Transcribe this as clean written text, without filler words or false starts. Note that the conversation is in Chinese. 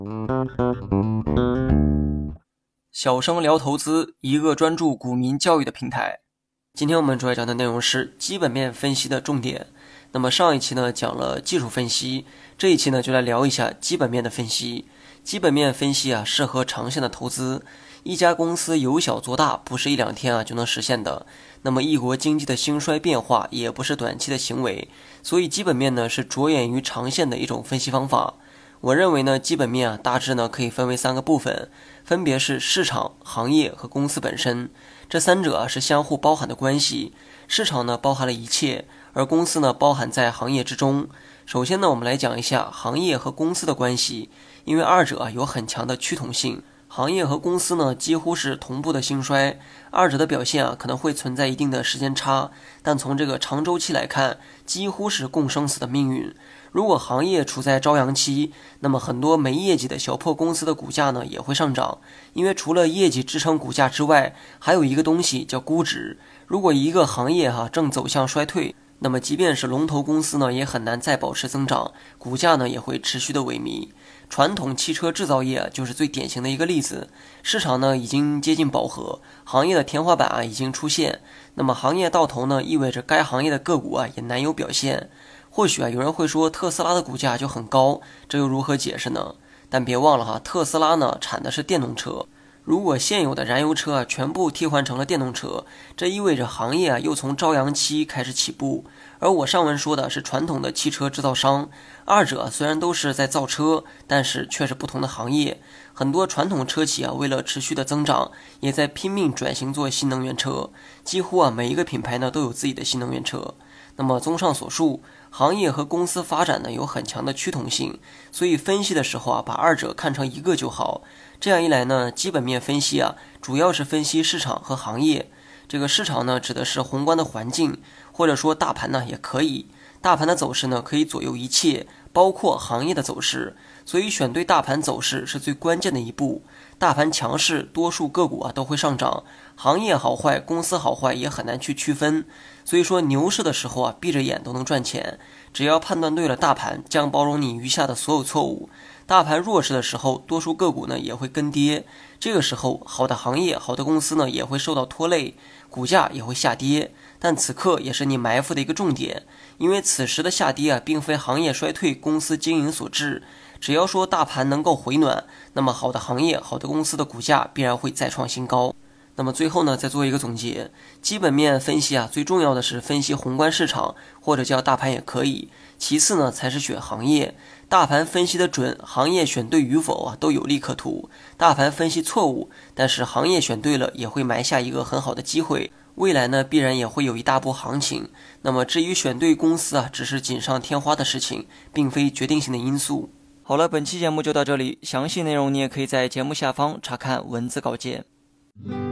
小生聊投资，一个专注股民教育的平台。今天我们主要讲的内容是基本面分析的重点。那么上一期呢讲了技术分析，这一期呢就来聊一下基本面的分析。基本面分析啊，适合长线的投资。一家公司由小做大，不是一两天啊就能实现的。那么一国经济的兴衰变化，也不是短期的行为。所以基本面呢是着眼于长线的一种分析方法。我认为呢，基本面啊大致呢可以分为3个部分，分别是市场、行业和公司本身。这三者啊是相互包含的关系。市场呢包含了一切，而公司呢包含在行业之中。首先呢，我们来讲一下行业和公司的关系，因为二者啊有很强的趋同性。行业和公司呢几乎是同步的兴衰，二者的表现啊可能会存在一定的时间差，但从这个长周期来看，几乎是共生死的命运。如果行业处在朝阳期，那么很多没业绩的小破公司的股价呢也会上涨，因为除了业绩支撑股价之外，还有一个东西叫估值。如果一个行业正走向衰退，那么即便是龙头公司呢也很难再保持增长，股价呢也会持续的萎靡。传统汽车制造业就是最典型的一个例子，市场呢已经接近饱和，行业的天花板已经出现，那么行业到头呢意味着该行业的个股也难有表现。或许有人会说特斯拉的股价就很高，这又如何解释呢？但别忘了特斯拉呢产的是电动车，如果现有的燃油车全部替换成了电动车，这意味着行业又从朝阳期开始起步。而我上文说的是传统的汽车制造商，二者虽然都是在造车，但是却是不同的行业。很多传统车企为了持续的增长，也在拼命转型做新能源车，几乎每一个品牌呢都有自己的新能源车。那么综上所述，行业和公司发展呢有很强的趋同性，所以分析的时候把二者看成一个就好。这样一来呢，基本面分析主要是分析市场和行业。这个市场呢指的是宏观的环境，或者说大盘呢也可以。大盘的走势呢可以左右一切，包括行业的走势，所以选对大盘走势是最关键的一步。大盘强势，多数个股都会上涨，行业好坏、公司好坏也很难去区分。所以说牛市的时候闭着眼都能赚钱，只要判断对了大盘，将包容你余下的所有错误。大盘弱势的时候，多数个股呢也会跟跌，这个时候好的行业、好的公司呢也会受到拖累，股价也会下跌。但此刻也是你埋伏的一个重点，因为此时的下跌并非行业衰退、公司经营所致。只要说大盘能够回暖，那么好的行业、好的公司的股价必然会再创新高。那么最后呢，再做一个总结，基本面分析最重要的是分析宏观市场，或者叫大盘也可以。其次呢，才是选行业。大盘分析的准，行业选对与否都有利可图。大盘分析错误，但是行业选对了，也会埋下一个很好的机会。未来呢，必然也会有一大波行情。那么至于选对公司只是锦上添花的事情，并非决定性的因素。好了，本期节目就到这里，详细内容你也可以在节目下方查看文字稿件。